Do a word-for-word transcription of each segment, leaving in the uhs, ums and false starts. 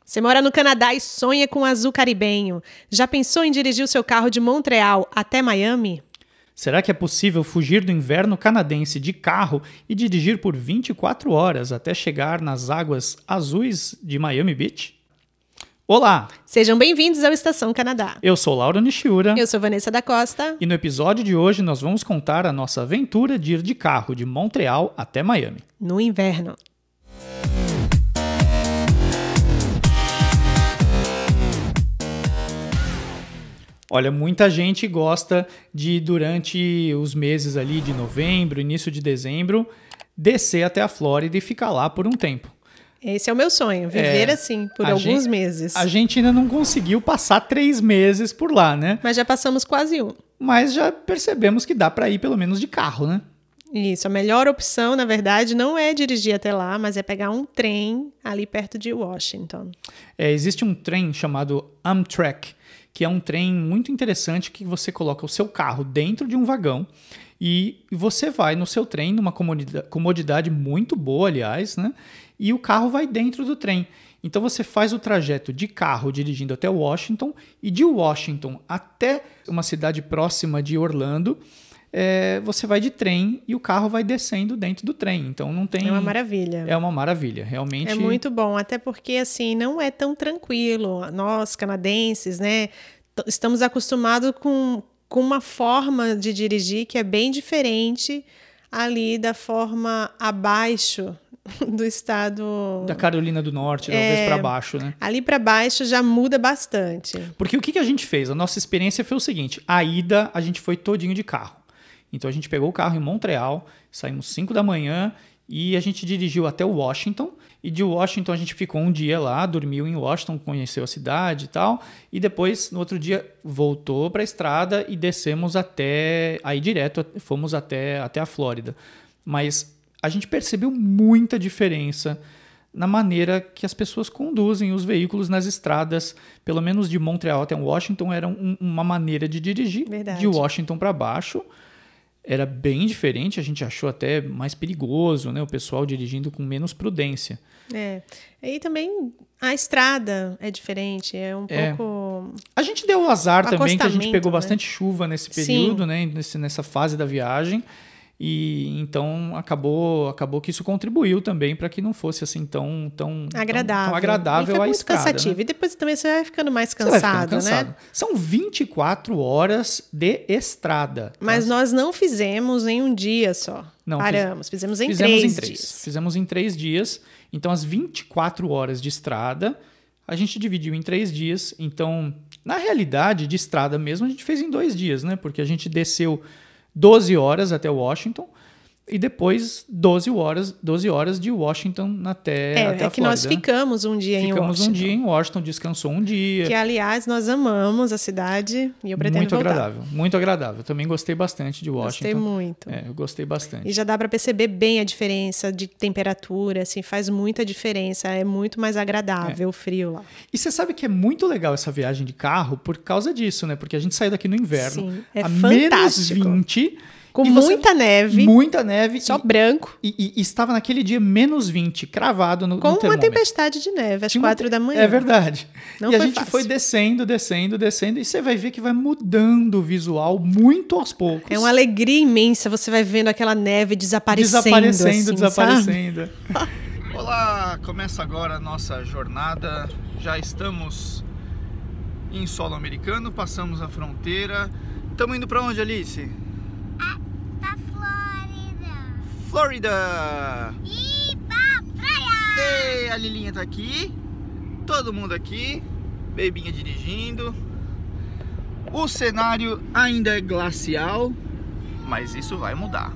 Você mora no Canadá e sonha com um azul caribenho. Já pensou em dirigir o seu carro de Montreal até Miami? Será que é possível fugir do inverno canadense de carro e dirigir por vinte e quatro horas até chegar nas águas azuis de Miami Beach? Olá! Sejam bem-vindos ao Estação Canadá. Eu sou Lauro Nishiura. Eu sou Vanessa da Costa. E no episódio de hoje nós vamos contar a nossa aventura de ir de carro de Montreal até Miami. No inverno. Olha, muita gente gosta de, durante os meses ali de novembro, início de dezembro, descer até a Flórida e ficar lá por um tempo. Esse é o meu sonho, viver É, assim, por a alguns gente- meses. A gente ainda não conseguiu passar três meses por lá, né? Mas já passamos quase um. Mas já percebemos que dá para ir pelo menos de carro, né? Isso, a melhor opção, na verdade, não é dirigir até lá, mas é pegar um trem ali perto de Washington. É, existe um trem chamado Amtrak, que é um trem muito interessante que você coloca o seu carro dentro de um vagão e você vai no seu trem, numa comodidade, comodidade muito boa, aliás, né? E o carro vai dentro do trem. Então você faz o trajeto de carro dirigindo até Washington e de Washington até uma cidade próxima de Orlando, é, você vai de trem e o carro vai descendo dentro do trem. Então não tem... É uma maravilha. É uma maravilha, realmente. É muito bom, até porque assim não é tão tranquilo. Nós, canadenses, né, t- estamos acostumados com, com uma forma de dirigir que é bem diferente ali da forma abaixo do estado. Da Carolina do Norte, É. talvez para baixo, né? Ali para baixo já muda bastante. Porque o que que a gente fez? A nossa experiência foi o seguinte: a ida a gente foi todinho de carro. Então a gente pegou o carro em Montreal, saímos cinco da manhã e a gente dirigiu até Washington. E de Washington a gente ficou um dia lá, dormiu em Washington, conheceu a cidade e tal. E depois, no outro dia, voltou para a estrada e descemos até... Aí direto fomos até, até a Flórida. Mas a gente percebeu muita diferença na maneira que as pessoas conduzem os veículos nas estradas. Pelo menos de Montreal até Washington era um- uma maneira de dirigir. Verdade. De Washington para baixo era bem diferente, a gente achou até mais perigoso, né? O pessoal dirigindo com menos prudência. É. E também a estrada é diferente, é um É. pouco. A gente deu o azar também que a gente Acostamento, pegou né? bastante chuva nesse Sim. período, né? Nesse, nessa fase da viagem. E então acabou, acabou que isso contribuiu também para que não fosse assim tão, tão, tão- Agradável. tão agradável e foi a muito estrada. cansativo. Né? E depois também você vai ficando mais Você vai cansado, ficando cansado. né? São vinte e quatro horas de estrada. Mas tá? nós não fizemos em um dia só. Não, Paramos, fizemos em Fizemos três em três. dias. Fizemos em três dias. Então, as vinte e quatro horas de estrada, a gente dividiu em três dias. Então, na realidade, de estrada mesmo, a gente fez em dois dias, né? Porque a gente desceu doze horas até Washington e depois doze horas, doze horas de Washington até, É, até é a que nós Flórida, né? ficamos um dia em Ficamos Washington. um dia em Washington, descansou um dia. Que, aliás, nós amamos a cidade e eu pretendo Muito voltar. agradável, muito agradável. Também gostei bastante de Washington. Gostei muito. É, eu gostei bastante. E já dá para perceber bem a diferença de temperatura, assim, faz muita diferença. É muito mais agradável o frio lá. E você sabe que é muito legal essa viagem de carro por causa disso, né? Porque a gente saiu daqui no inverno Sim, é a menos fantástico. vinte. Com e você- muita neve, Muita neve. só e, branco, e, e- e estava naquele dia menos vinte, cravado no, com no uma termômetro. tempestade de neve às Tinha uma- quatro da manhã. É verdade. Não e a foi gente fácil. foi descendo, descendo, descendo. E você vai ver que vai mudando o visual muito aos poucos. É uma alegria imensa, você vai vendo aquela neve desaparecendo. Desaparecendo, assim, desaparecendo. Olá, começa agora a nossa jornada. Já estamos em solo americano, passamos a fronteira. Estamos indo para onde, Alice? Pra Flórida. Flórida! E pra praia. Ei, a Lilinha tá aqui. Todo mundo aqui. Bebinha dirigindo. O cenário ainda é glacial, mas isso vai mudar.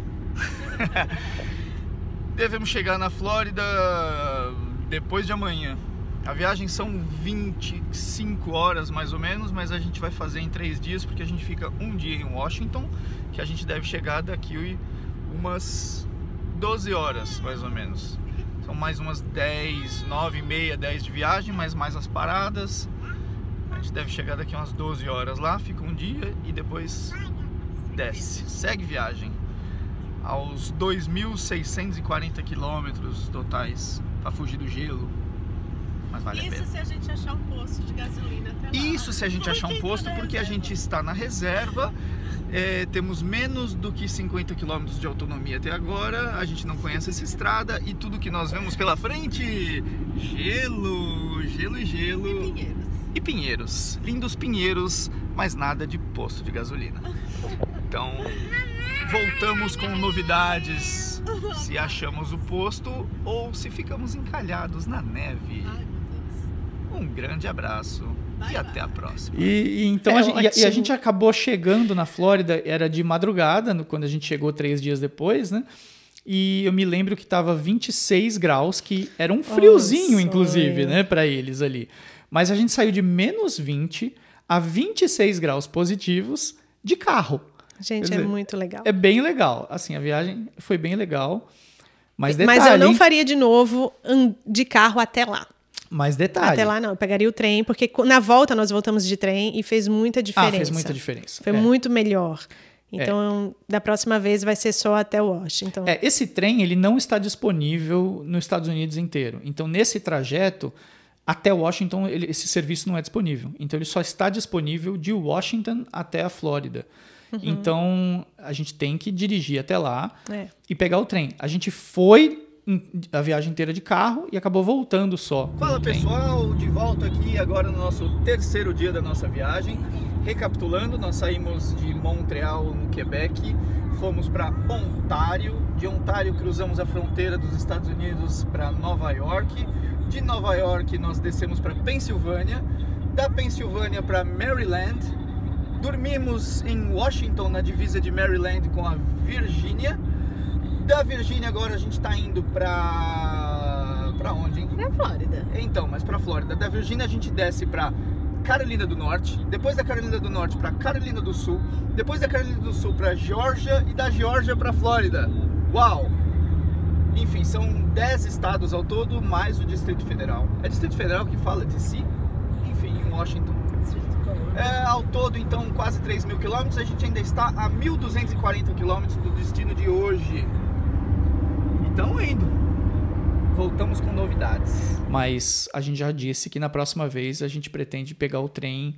Devemos chegar na Flórida depois de amanhã. A viagem são vinte e cinco horas mais ou menos, mas a gente vai fazer em três dias porque a gente fica um dia em Washington, que a gente deve chegar daqui umas doze horas mais ou menos. São mais umas dez, nove e meia, dez de viagem, mas mais as paradas. A gente deve chegar daqui umas doze horas lá, fica um dia e depois desce. Segue viagem aos dois mil seiscentos e quarenta quilômetros totais para fugir do gelo. mas vale a pena. Isso se a gente achar um posto de gasolina até lá. Isso se a gente achar um posto, porque a gente está na reserva, é, temos menos do que cinquenta quilômetros de autonomia até agora, a gente não conhece essa estrada e tudo que nós vemos pela frente, gelo, gelo e gelo. E pinheiros. E pinheiros, lindos pinheiros, mas nada de posto de gasolina. Então, voltamos com novidades, se achamos o posto ou se ficamos encalhados na neve. Ai, meu Deus. Um grande abraço Vai, e vai. até a próxima. E, e então É a, gente, e a- e a ótimo. gente acabou chegando na Flórida, era de madrugada, no- quando a gente chegou três dias depois, né? E eu me lembro que tava vinte e seis graus, que era um friozinho, Nossa, inclusive, é. né, para eles ali. Mas a gente saiu de menos vinte a vinte e seis graus positivos de carro. Gente, Quer é dizer, muito legal. É bem legal. Assim, a viagem foi bem legal. Mas detalhe, Mas eu não hein? faria de novo an- de carro até lá. Mas detalhe. Até lá não, eu pegaria o trem, porque co- na volta nós voltamos de trem e fez muita Ah, diferença. fez muita diferença. Foi É. muito melhor. Então, da próxima vez vai ser só até Washington. É, esse trem ele não está disponível nos Estados Unidos inteiro. Então, nesse trajeto, até Washington, ele- esse serviço não é disponível. Então, ele só está disponível de Washington até a Flórida. Uhum. Então, a gente tem que dirigir até lá É. e pegar o trem. A gente foi em- a viagem inteira de carro e acabou voltando só. com Fala o trem. pessoal, de volta aqui agora no nosso terceiro dia da nossa viagem. Recapitulando, nós saímos de Montreal, no Quebec, fomos para Ontário. De Ontário cruzamos a fronteira dos Estados Unidos para Nova York. De Nova York nós descemos para Pensilvânia. Da Pensilvânia para Maryland. Dormimos em Washington, na divisa de Maryland com a Virgínia. Da Virgínia agora a gente está indo para para onde, hein? Na Flórida. Então, mas para Flórida. Da Virgínia a gente desce para Carolina do Norte, depois da Carolina do Norte para Carolina do Sul, depois da Carolina do Sul para Geórgia e da Geórgia para Flórida. Uau! Enfim, são dez estados ao todo, mais o Distrito Federal. É Distrito Federal que fala de si? Enfim, em Washington. É, ao todo, então, quase três mil quilômetros. A gente ainda está a mil duzentos e quarenta quilômetros do destino de hoje. Então, indo. Voltamos com novidades. Mas a gente já disse que na próxima vez a gente pretende pegar o trem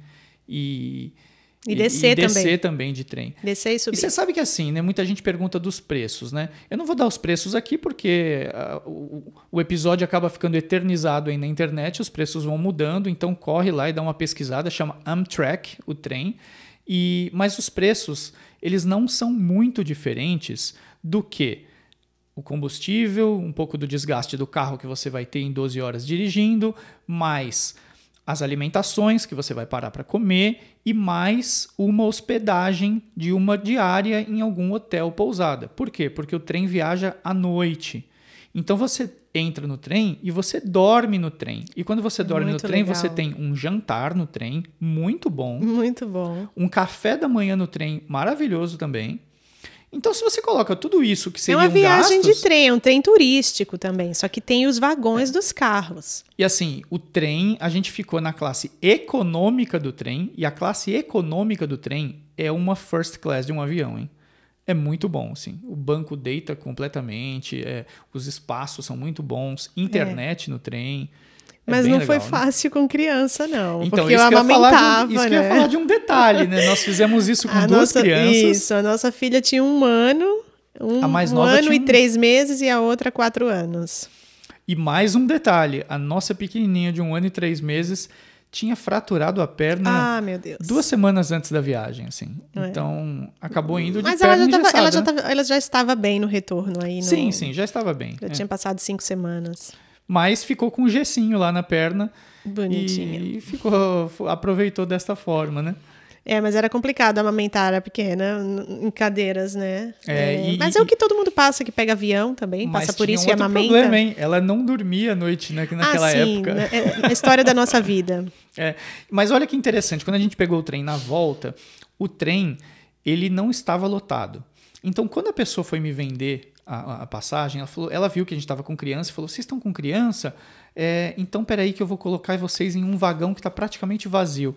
e... E descer e descer também. também de trem. Descer e E subir. você sabe que assim, né? Muita gente pergunta dos preços, né? Eu não vou dar os preços aqui porque ah, o, o episódio acaba ficando eternizado aí na internet, os preços vão mudando, então corre lá e dá uma pesquisada, chama Amtrak, o trem. E, mas os preços, eles não são muito diferentes do que o combustível, um pouco do desgaste do carro que você vai ter em doze horas dirigindo, mais as alimentações que você vai parar para comer e mais uma hospedagem de uma diária em algum hotel ou pousada. Por quê? Porque o trem viaja à noite. Então você entra no trem e você dorme no trem. E quando você dorme Muito no trem, legal. você tem um jantar no trem muito bom, Muito bom. um café da manhã no trem maravilhoso também. Então, se você coloca tudo isso que É seriam uma viagem gastos, de trem, é um trem turístico também, só que tem os vagões dos carros. E assim, o trem, a gente ficou na classe econômica do trem, e a classe econômica do trem é uma first class de um avião, hein? É muito bom, assim. O banco deita completamente, é, os espaços são muito bons, internet no trem. é Mas bem não foi legal, né? fácil com criança, não. Então, porque isso eu que eu ia falar de um- amamentava, isso que eu ia né? falar de um detalhe, né? Nós fizemos isso com A duas nossa, crianças. Isso, a nossa filha tinha um ano, um, A mais um nova ano tinha e um- três meses e a outra quatro anos. E mais um detalhe, a nossa pequenininha de um ano e três meses tinha fraturado a perna Ah, meu Deus. duas semanas antes da viagem, assim. É. Então, acabou indo de Mas ela perna já, tava, engessada, ela, já né? tava, ela já estava bem no retorno aí. No, Sim, sim, já estava bem. Já é. tinha passado cinco semanas. Mas ficou com um gessinho lá na perna Bonitinha. e ficou, fo- aproveitou desta forma, né? É, mas era complicado amamentar a pequena n- em cadeiras, né? É, e- mas e- é o que todo mundo passa, que pega avião também, Mas passa por tinha isso um e outro amamenta. problema, hein? Ela não dormia à noite né, naquela ah, sim, época. né? É a história da nossa vida. É, mas olha que interessante, quando a gente pegou o trem na volta, o trem ele não estava lotado. Então, quando a pessoa foi me vender a, a- a passagem, ela, falou, ela viu que a gente estava com criança e falou, vocês estão com criança? É, então, peraí que eu vou colocar vocês em um vagão que está praticamente vazio.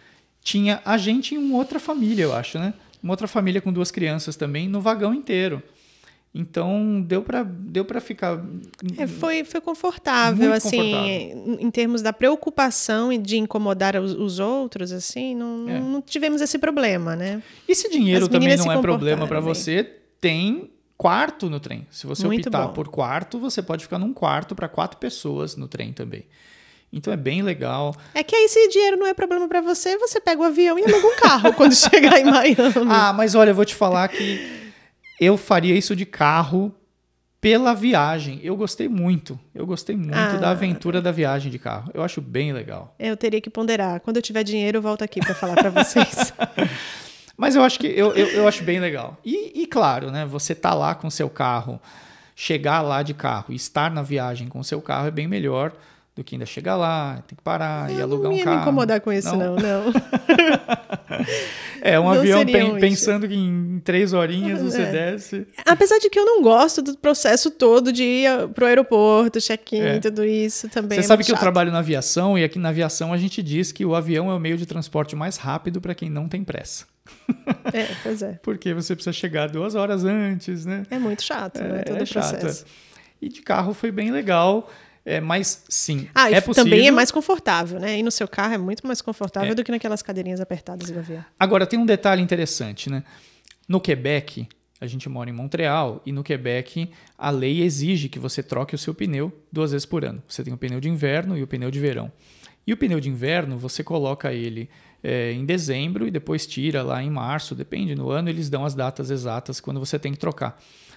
Tinha a gente e uma outra família, eu acho, né? Uma outra família com duas crianças também, no vagão inteiro. Então, deu para deu para ficar... É, foi, foi confortável, Muito assim, confortável. em termos da preocupação e de incomodar os, os outros, assim, não, É. não tivemos esse problema, né? E se dinheiro As também meninas não se é problema comportaram para bem. você, tem quarto no trem. Se você Muito optar bom. por quarto, você pode ficar num quarto para quatro pessoas no trem também. Então é bem legal. É que aí, se dinheiro não é problema pra você, você pega o avião e aluga um carro quando chegar em Miami. Ah, mas olha, eu vou te falar que eu faria isso de carro pela viagem. Eu gostei muito. Eu gostei muito Ah. da aventura da viagem de carro. Eu acho bem legal. Eu teria que ponderar. Quando eu tiver dinheiro, eu volto aqui pra falar pra vocês. Mas eu acho que eu, eu, eu acho bem legal. E, e claro, né? Você tá lá com o seu carro, chegar lá de carro e estar na viagem com o seu carro é bem melhor do que ainda chegar lá, tem que parar e Eu alugar não um ia carro. me incomodar com isso, não, não. É, um Não avião seria pen- um issue. pensando que em três horinhas você É. desce. Apesar de que eu não gosto do processo todo de ir pro aeroporto, check-in, É. tudo isso também. Você é sabe muito que eu chato. trabalho na aviação e aqui na aviação a gente diz que o avião é o meio de transporte mais rápido para quem não tem pressa. É, pois é. Porque você precisa chegar duas horas antes, né? É muito chato, né? Todo é o chato. processo. E de carro foi bem legal, é, mas sim, Ah, e é possível. também é mais confortável, né? Ir no seu carro é muito mais confortável É. do que naquelas cadeirinhas apertadas do avião. Agora, tem um detalhe interessante, né? No Quebec, a gente mora em Montreal, e no Quebec a lei exige que você troque o seu pneu duas vezes por ano. Você tem o pneu de inverno e o pneu de verão. E o pneu de inverno, você coloca ele é, em dezembro e depois tira lá em março, depende, no ano eles dão as datas exatas quando você tem que trocar.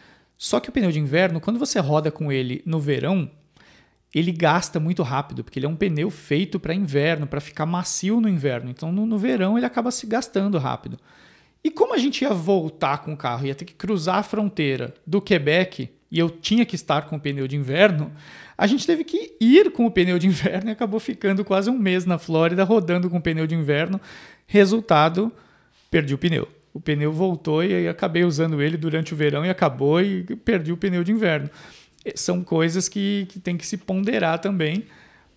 Só que o pneu de inverno, quando você roda com ele no verão, ele gasta muito rápido, porque ele é um pneu feito para inverno, para ficar macio no inverno. Então, no, no verão, ele acaba se gastando rápido. E como a gente ia voltar com o carro, ia ter que cruzar a fronteira do Quebec, e eu tinha que estar com o pneu de inverno, a gente teve que ir com o pneu de inverno e acabou ficando quase um mês na Flórida, rodando com o pneu de inverno. Resultado, perdi o pneu. O pneu voltou e aí acabei usando ele durante o verão e acabou e perdi o pneu de inverno. São coisas que, que tem que se ponderar também,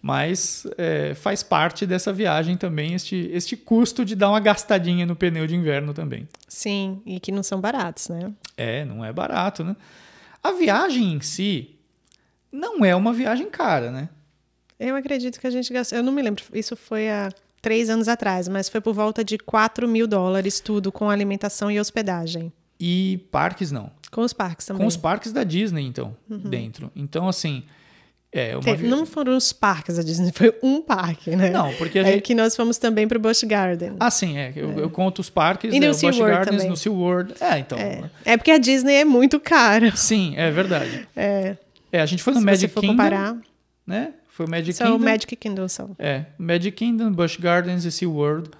mas é, faz parte dessa viagem também este, este custo de dar uma gastadinha no pneu de inverno também. Sim, e que não são baratos, né? É, não é barato, né? A viagem em si não é uma viagem cara, né? Eu acredito que a gente gastou. Eu não me lembro, isso foi há três anos atrás, mas foi por volta de quatro mil dólares, tudo com alimentação e hospedagem. E parques não. Com os parques também. Com os parques da Disney, então, dentro. Então, assim, é uma Teve- vi- Não foram os parques da Disney, foi um parque, né? Não, porque a Aí gente... que nós fomos também pro Busch Garden. Ah, sim, é. Eu, eu conto os parques, E no é, o Busch SeaWorld Gardens, também. no SeaWorld. É, então... É. É porque a Disney é muito cara. Sim, é verdade. É, É, a gente foi no se Magic você for Kingdom, comparar, né? Foi o Magic são Kingdom. o Magic Kingdom são. É, Magic Kingdom, Busch Gardens e SeaWorld.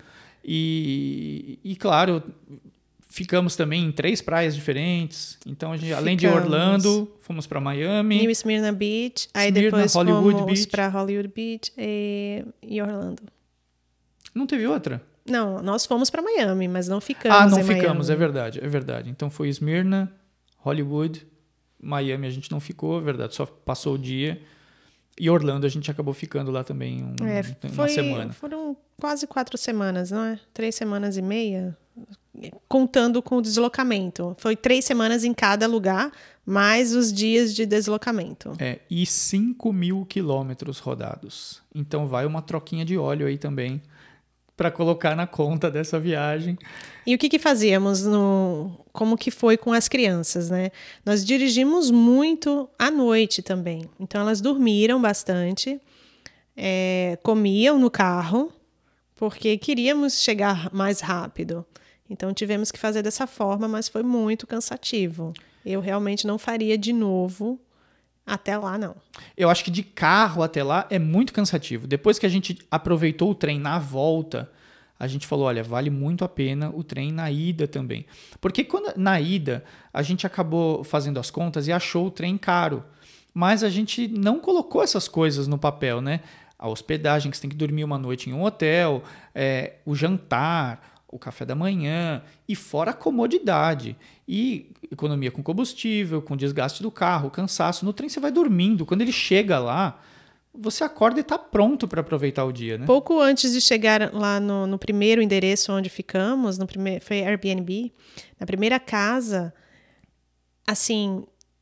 E, e, claro, ficamos também em três praias diferentes. Então, a gente, além de Ficamos. Orlando, fomos para Miami. New Smyrna Beach, aí Smyrna, depois Hollywood fomos Beach. para Hollywood Beach e, e Orlando. Não teve outra? Não, nós fomos para Miami, mas não ficamos Ah, não em ficamos, Miami. é verdade, é verdade. Então foi Smyrna, Hollywood, Miami a gente não ficou, é verdade, só passou o dia. E Orlando a gente acabou ficando lá também um- É, uma foi, semana. Foram quase quatro semanas, não é? Três semanas e meia, contando com o deslocamento. Foi três semanas em cada lugar, mais os dias de deslocamento. É, e cinco mil quilômetros rodados. Então vai uma troquinha de óleo aí também para colocar na conta dessa viagem. E o que, que fazíamos? No, como que foi com as crianças, né? Nós dirigimos muito à noite também. Então, elas dormiram bastante, é, comiam no carro, porque queríamos chegar mais rápido. Então, tivemos que fazer dessa forma, mas foi muito cansativo. Eu realmente não faria de novo até lá, não. Eu acho que de carro até lá é muito cansativo. Depois que a gente aproveitou o trem na volta, a gente falou, olha, vale muito a pena o trem na ida também. Porque quando, na ida, a gente acabou fazendo as contas e achou o trem caro. Mas a gente não colocou essas coisas no papel, né? A hospedagem, que você tem que dormir uma noite em um hotel, é, o jantar, o café da manhã, e fora a comodidade. E economia com combustível, com desgaste do carro, cansaço. No trem você vai dormindo. Quando ele chega lá, você acorda e está pronto para aproveitar o dia, né? Pouco antes de chegar lá no, no primeiro endereço onde ficamos, no primeiro, foi Airbnb, na primeira casa, assim,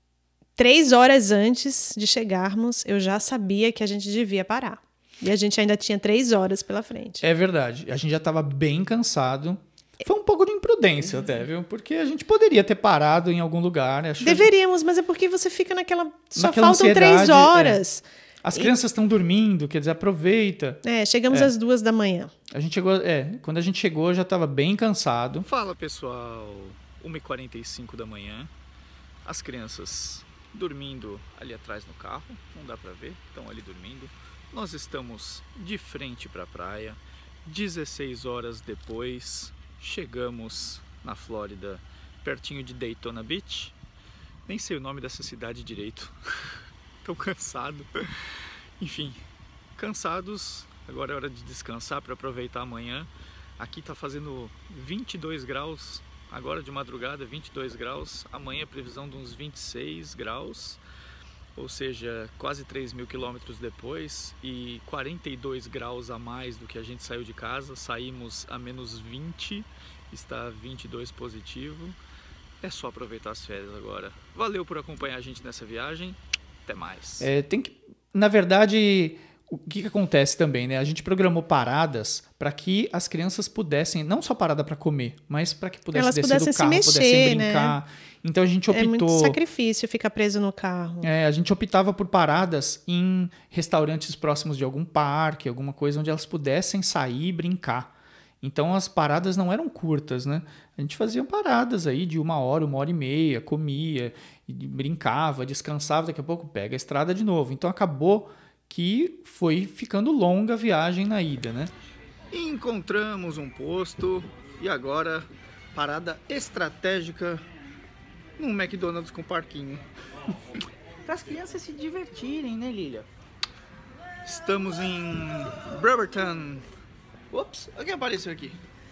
três horas antes de chegarmos, eu já sabia que a gente devia parar. E a gente ainda tinha três horas pela frente. É verdade. A gente já estava bem cansado. Foi um pouco de imprudência até, viu? Porque a gente poderia ter parado em algum lugar. Acho Deveríamos, mas é porque você fica naquela... Só Naquela faltam ansiedade, três horas. É. As crianças estão dormindo, quer dizer, aproveita. É, chegamos É. às duas da manhã. A gente chegou, é, quando a gente chegou, eu já estava bem cansado. Fala pessoal, uma e quarenta e cinco da manhã, as crianças dormindo ali atrás no carro, não dá pra ver, estão ali dormindo. Nós estamos de frente para a praia, dezesseis horas depois, chegamos na Flórida, pertinho de Daytona Beach. Nem sei o nome dessa cidade direito, tô cansado. Enfim, cansados, agora é hora de descansar para aproveitar amanhã. Aqui tá fazendo vinte e dois graus, agora de madrugada vinte e dois graus, amanhã previsão de uns vinte e seis graus. Ou seja, quase três mil quilômetros depois e quarenta e dois graus a mais do que a gente saiu de casa. Saímos a menos vinte, está vinte e dois positivo. É só aproveitar as férias agora. Valeu por acompanhar a gente nessa viagem. Até mais. É, tem que, na verdade, o que, que acontece também, né? A gente programou paradas para que as crianças pudessem, não só parada para comer, mas para que pudessem Elas descer pudessem do se carro, mexer, pudessem né? brincar. Então a gente optou... É muito sacrifício ficar preso no carro. É, a gente optava por paradas em restaurantes próximos de algum parque, alguma coisa onde elas pudessem sair e brincar. Então as paradas não eram curtas, né? A gente fazia paradas aí de uma hora, uma hora e meia, comia, e brincava, descansava, daqui a pouco pega a estrada de novo. Então acabou que foi ficando longa a viagem na ida, né? Encontramos um posto e agora parada estratégica num McDonald's com parquinho. Para as crianças se divertirem, né, Lilia? Estamos em Bremerton. Ops, alguém apareceu aqui.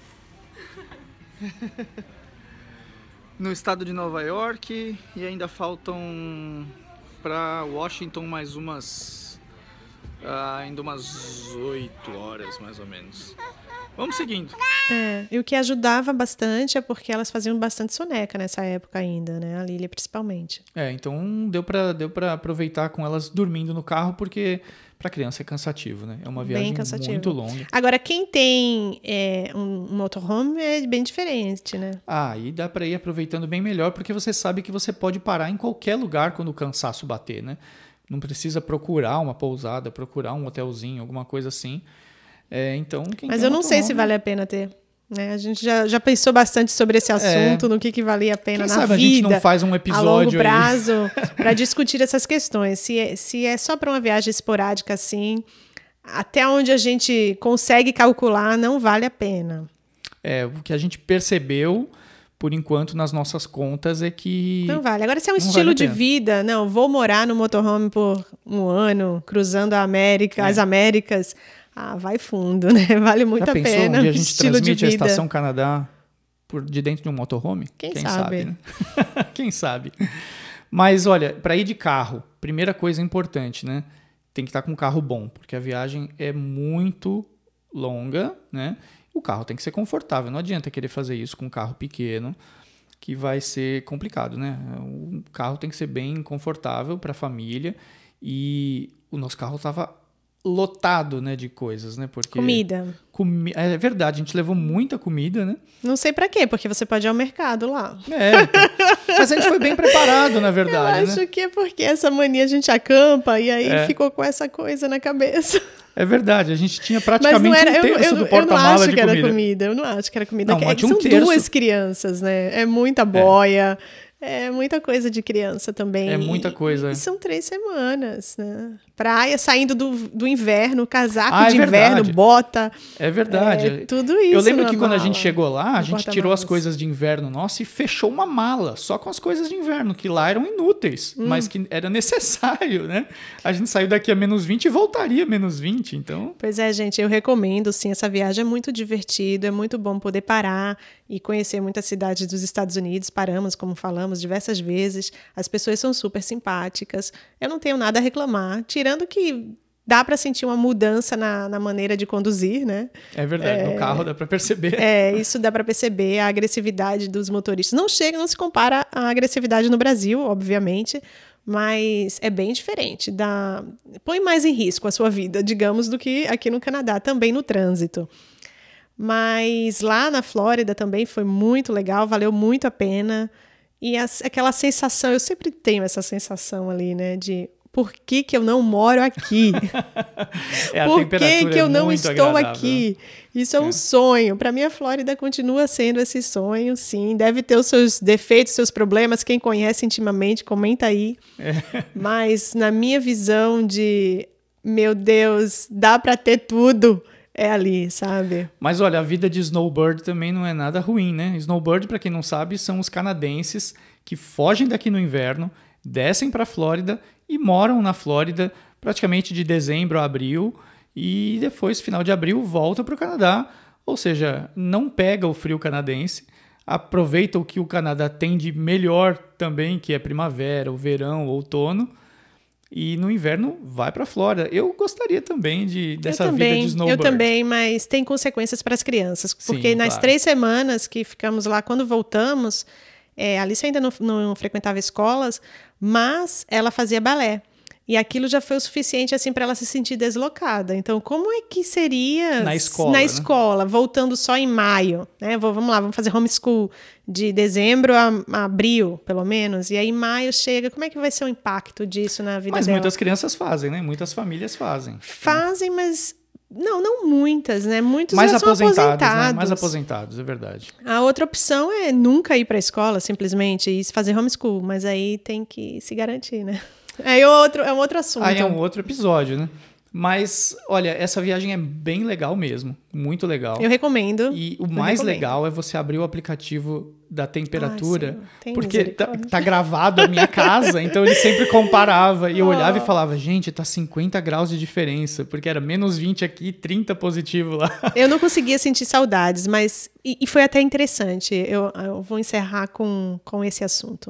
No estado de Nova York, e ainda faltam para Washington mais umas ah, ainda umas oito horas mais ou menos. Vamos seguindo. É, e o que ajudava bastante é porque elas faziam bastante soneca nessa época ainda, né? A Lília principalmente. É, então deu para deu para aproveitar com elas dormindo no carro, porque para criança é cansativo, né? É uma viagem Bem cansativo. muito longa. Agora, quem tem é, um motorhome é bem diferente, né? Ah, aí dá para ir aproveitando bem melhor, porque você sabe que você pode parar em qualquer lugar quando o cansaço bater, né? Não precisa procurar uma pousada, procurar um hotelzinho, alguma coisa assim. É, então, quem Mas tem eu não sei motorhome- se vale a pena ter. Né? A gente já, já pensou bastante sobre esse assunto, no que, que valia a pena Quem na sabe a vida, gente não faz um a episódio longo aí. prazo, para discutir essas questões. Se é, se é só para uma viagem esporádica assim, até onde a gente consegue calcular, não vale a pena. É, o que a gente percebeu, por enquanto, nas nossas contas, é que... Não vale. Agora, se é um Não estilo vale a de pena. vida, não, vou morar no motorhome por um ano, cruzando a América, É. as Américas, ah, vai fundo, né? Vale muito Já a pensou pena. um dia a o gente estilo de transmite a vida. Estação Canadá por, de dentro de um motorhome? Quem sabe? né? Quem sabe? Mas, olha, para ir de carro, primeira coisa importante, né? Tem que estar com um carro bom, porque a viagem é muito longa, né? O carro tem que ser confortável. Não adianta querer fazer isso com um carro pequeno, que vai ser complicado, né? O carro tem que ser bem confortável para a família, e o nosso carro estava lotado, né, de coisas, né? Porque Comida. comi- É verdade, a gente levou muita comida, né? Não sei pra quê, porque você pode ir ao mercado lá. É, então. Mas a gente foi bem preparado, na verdade, Eu acho né? que é porque essa mania a gente acampa e aí É. ficou com essa coisa na cabeça. É verdade, a gente tinha Mas praticamente não era, um eu, terço eu, do eu não porta-mala acho de que era comida. comida. Eu não acho que era comida. Não, É mas que tinha um são terço. duas crianças, né? É muita boia. É muita coisa de criança também. É muita coisa. E, e são três semanas, né? Praia, saindo do, do inverno, casaco Ah, é de verdade. inverno, bota. É verdade. É, tudo isso. Eu lembro numa que quando a mala, gente chegou lá, a no gente tirou as porta-malas. coisas de inverno nossa e fechou uma mala só com as coisas de inverno, que lá eram inúteis, Hum. mas que era necessário, né? A gente saiu daqui a menos vinte e voltaria a menos vinte, então... Pois é, gente, eu recomendo, sim, essa viagem é muito divertido, é muito bom poder parar e conhecer muitas cidades dos Estados Unidos. Paramos, como falamos, diversas vezes. As pessoas são super simpáticas. Eu não tenho nada a reclamar, tirando que dá para sentir uma mudança na, na maneira de conduzir, né? É verdade, é, no carro dá para perceber. É, isso dá para perceber, a agressividade dos motoristas. Não chega, não se compara à agressividade no Brasil, obviamente, mas é bem diferente. Dá, põe mais em risco a sua vida, digamos, do que aqui no Canadá, também no trânsito. Mas lá na Flórida também foi muito legal, valeu muito a pena. E as, aquela sensação, eu sempre tenho essa sensação ali, né, de... Por que que eu não moro aqui? É, Por que que eu é não estou agradável. aqui? Isso é um é. sonho. Para mim, a Flórida continua sendo esse sonho, sim. Deve ter os seus defeitos, seus problemas. Quem conhece intimamente, comenta aí. É. Mas na minha visão de, meu Deus, dá para ter tudo, é ali, sabe? Mas olha, a vida de snowbird também não é nada ruim, né? Snowbird, para quem não sabe, são os canadenses que fogem daqui no inverno, descem para a Flórida e moram na Flórida praticamente de dezembro a abril e depois, final de abril, volta para o Canadá. Ou seja, não pega o frio canadense, aproveita o que o Canadá tem de melhor também, que é primavera, o verão, o outono, e no inverno vai para a Flórida. Eu gostaria também de, dessa eu também, vida de snowbird. Eu também, mas tem consequências para as crianças, porque Sim, nas claro. três semanas que ficamos lá, quando voltamos... É, a Alice ainda não, não frequentava escolas, mas ela fazia balé. E aquilo já foi o suficiente assim, para ela se sentir deslocada. Então, como é que seria na escola, na né? escola voltando só em maio? Né? Vou, vamos lá, vamos fazer homeschool de dezembro a, a abril, pelo menos. E aí, maio chega. Como é que vai ser o impacto disso na vida Mas dela? muitas crianças fazem, né? Muitas famílias fazem. Fazem, mas... Não, não muitas, né? Muitos mais já são aposentados, aposentados. né? Mais aposentados, é verdade. A outra opção é nunca ir para a escola, simplesmente, e fazer homeschool. Mas aí tem que se garantir, né? Aí outro, é um outro assunto. Aí é um outro episódio, né? Mas, olha, essa viagem é bem legal mesmo. Muito legal. Eu recomendo. E o eu mais recomendo. legal é você abrir o aplicativo da temperatura, ah, porque tá, tá gravado a minha casa, então ele sempre comparava. E eu oh. olhava e falava, gente, tá cinquenta graus de diferença, porque era menos vinte aqui, trinta positivo lá. Eu não conseguia sentir saudades, mas... E, e foi até interessante. Eu, eu vou encerrar com, com esse assunto.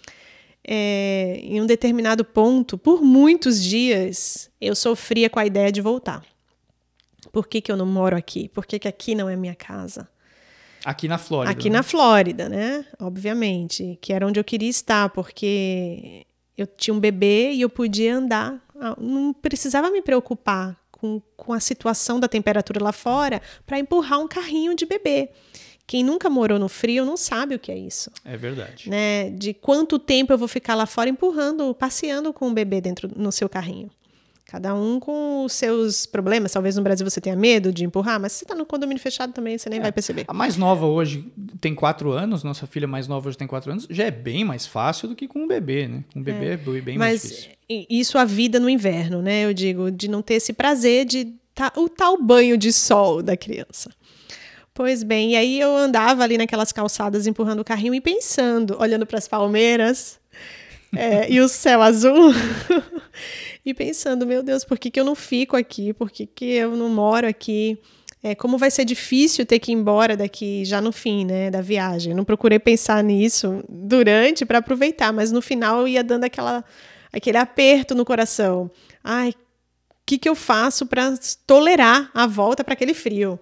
É, em um determinado ponto, por muitos dias, eu sofria com a ideia de voltar. Por que que eu não moro aqui? Por que que aqui não é minha casa? Aqui na Flórida. Aqui né? na Flórida, né? Obviamente. Que era onde eu queria estar, porque eu tinha um bebê e eu podia andar. Não precisava me preocupar com, com a situação da temperatura lá fora para empurrar um carrinho de bebê. Quem nunca morou no frio não sabe o que é isso. É verdade. Né? De quanto tempo eu vou ficar lá fora empurrando, passeando com o bebê dentro no seu carrinho. Cada um com os seus problemas. Talvez no Brasil você tenha medo de empurrar, mas se você está no condomínio fechado também, você nem é. vai perceber. A mais nova hoje tem quatro anos, nossa filha mais nova hoje tem quatro anos, já é bem mais fácil do que com um bebê, né? Com um bebê é, é bem mais difícil. Mas isso a vida no inverno, né? Eu digo, de não ter esse prazer de tá, o tal banho de sol da criança. Pois bem, e aí eu andava ali naquelas calçadas empurrando o carrinho e pensando, olhando para as palmeiras é, e o céu azul e pensando, meu Deus, por que que eu não fico aqui? Por que que eu não moro aqui? É, como vai ser difícil ter que ir embora daqui já no fim, né, da viagem. Eu não procurei pensar nisso durante para aproveitar, mas no final eu ia dando aquela, aquele aperto no coração. Ai, o que que eu faço para tolerar a volta para aquele frio?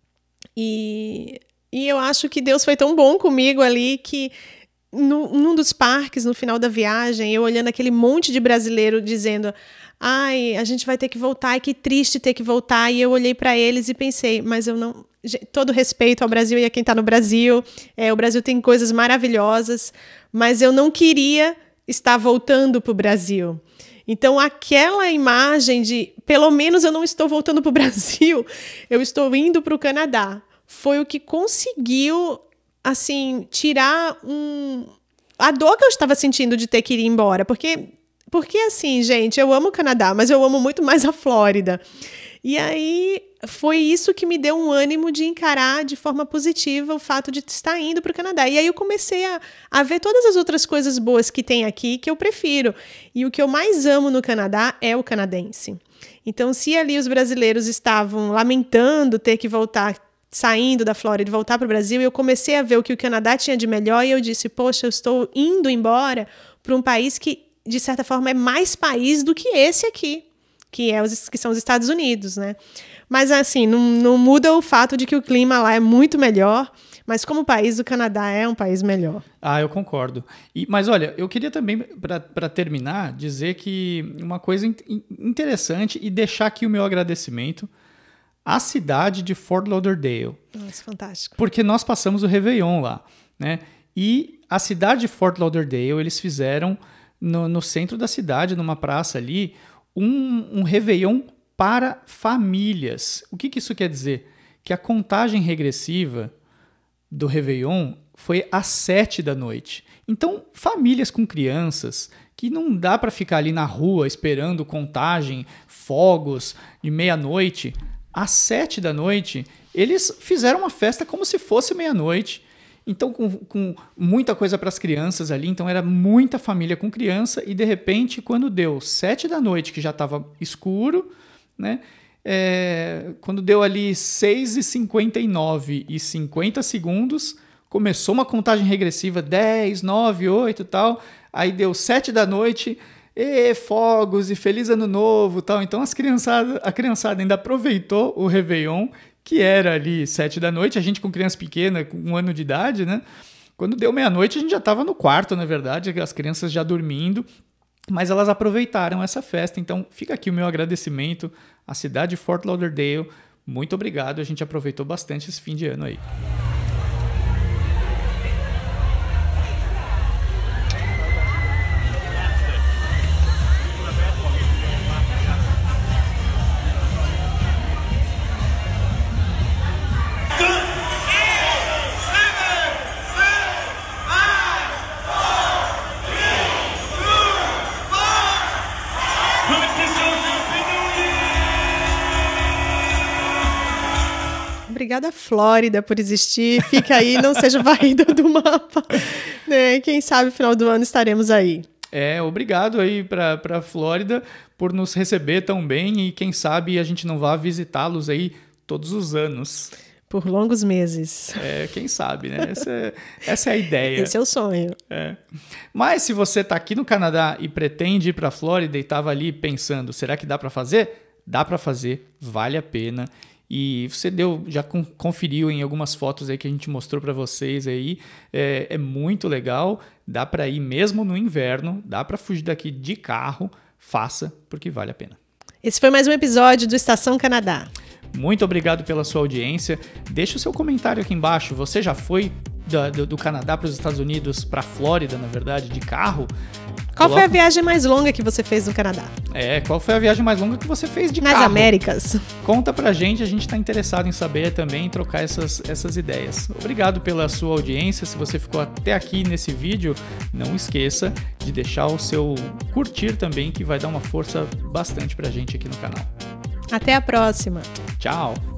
E, e eu acho que Deus foi tão bom comigo ali que no, num dos parques, no final da viagem, eu olhando aquele monte de brasileiro dizendo, ai, a gente vai ter que voltar, ai, que triste ter que voltar. E eu olhei para eles e pensei, mas eu não... Todo respeito ao Brasil e a quem está no Brasil, é, o Brasil tem coisas maravilhosas, mas eu não queria estar voltando para o Brasil. Então, aquela imagem de, pelo menos eu não estou voltando para o Brasil, eu estou indo para o Canadá, foi o que conseguiu, assim, tirar um, a dor que eu estava sentindo de ter que ir embora. Porque, porque, assim, gente, eu amo o Canadá, mas eu amo muito mais a Flórida. E aí, foi isso que me deu um ânimo de encarar de forma positiva o fato de estar indo para o Canadá. E aí eu comecei a, a ver todas as outras coisas boas que tem aqui que eu prefiro. E o que eu mais amo no Canadá é o canadense. Então, se ali os brasileiros estavam lamentando ter que voltar, saindo da Flórida e voltar para o Brasil, eu comecei a ver o que o Canadá tinha de melhor e eu disse, poxa, eu estou indo embora para um país que, de certa forma, é mais país do que esse aqui. que, é os, que são os Estados Unidos, né? Mas, assim, não, não muda o fato de que o clima lá é muito melhor, mas como país, o Canadá é um país melhor. Ah, eu concordo. E, mas, olha, eu queria também, para terminar, dizer que uma coisa in, interessante e deixar aqui o meu agradecimento à cidade de Fort Lauderdale. Nossa, fantástico. Porque nós passamos o Réveillon lá, né? E a cidade de Fort Lauderdale, eles fizeram no, no centro da cidade, numa praça ali, um, um Réveillon para famílias. O que, que isso quer dizer? Que a contagem regressiva do Réveillon foi às sete da noite. Então, famílias com crianças, que não dá para ficar ali na rua esperando contagem, fogos de meia-noite, às sete da noite, eles fizeram uma festa como se fosse meia-noite. Então, com, com muita coisa para as crianças ali, então era muita família com criança, e de repente, quando deu sete da noite, que já estava escuro, né? É, quando deu ali seis e cinquenta e nove e cinquenta segundos, começou uma contagem regressiva, dez, nove, oito e tal, aí deu sete da noite, e fogos, e feliz ano novo e tal. Então as criançada, a criançada ainda aproveitou o Réveillon, que era ali sete da noite, a gente com criança pequena, com um ano de idade, né? Quando deu meia-noite, a gente já estava no quarto, na verdade, as crianças já dormindo, mas elas aproveitaram essa festa. Então fica aqui o meu agradecimento à cidade de Fort Lauderdale. Muito obrigado, a gente aproveitou bastante esse fim de ano aí. Obrigada, Flórida, por existir. Fica aí, não seja varrida do mapa. Né? Quem sabe, no final do ano, estaremos aí. É, obrigado aí para a Flórida por nos receber tão bem, e quem sabe a gente não vá visitá-los aí todos os anos. Por longos meses. É, quem sabe, né? Essa é, essa é a ideia. Esse é o sonho. É. Mas se você está aqui no Canadá e pretende ir para a Flórida e estava ali pensando, será que dá para fazer? Dá para fazer, vale a pena. E você deu, já conferiu em algumas fotos aí que a gente mostrou para vocês aí, é, é muito legal, dá para ir mesmo no inverno, dá para fugir daqui de carro, faça, porque vale a pena. Esse foi mais um episódio do Estação Canadá. Muito obrigado pela sua audiência, deixa o seu comentário aqui embaixo, você já foi do, do, do Canadá para os Estados Unidos, para a Flórida, na verdade, de carro? Qual Coloca... foi a viagem mais longa que você fez no Canadá? É, qual foi a viagem mais longa que você fez de Nas carro? Nas Américas. Conta pra gente, a gente tá interessado em saber também, em trocar essas, essas ideias. Obrigado pela sua audiência, se você ficou até aqui nesse vídeo, não esqueça de deixar o seu curtir também, que vai dar uma força bastante pra gente aqui no canal. Até a próxima. Tchau!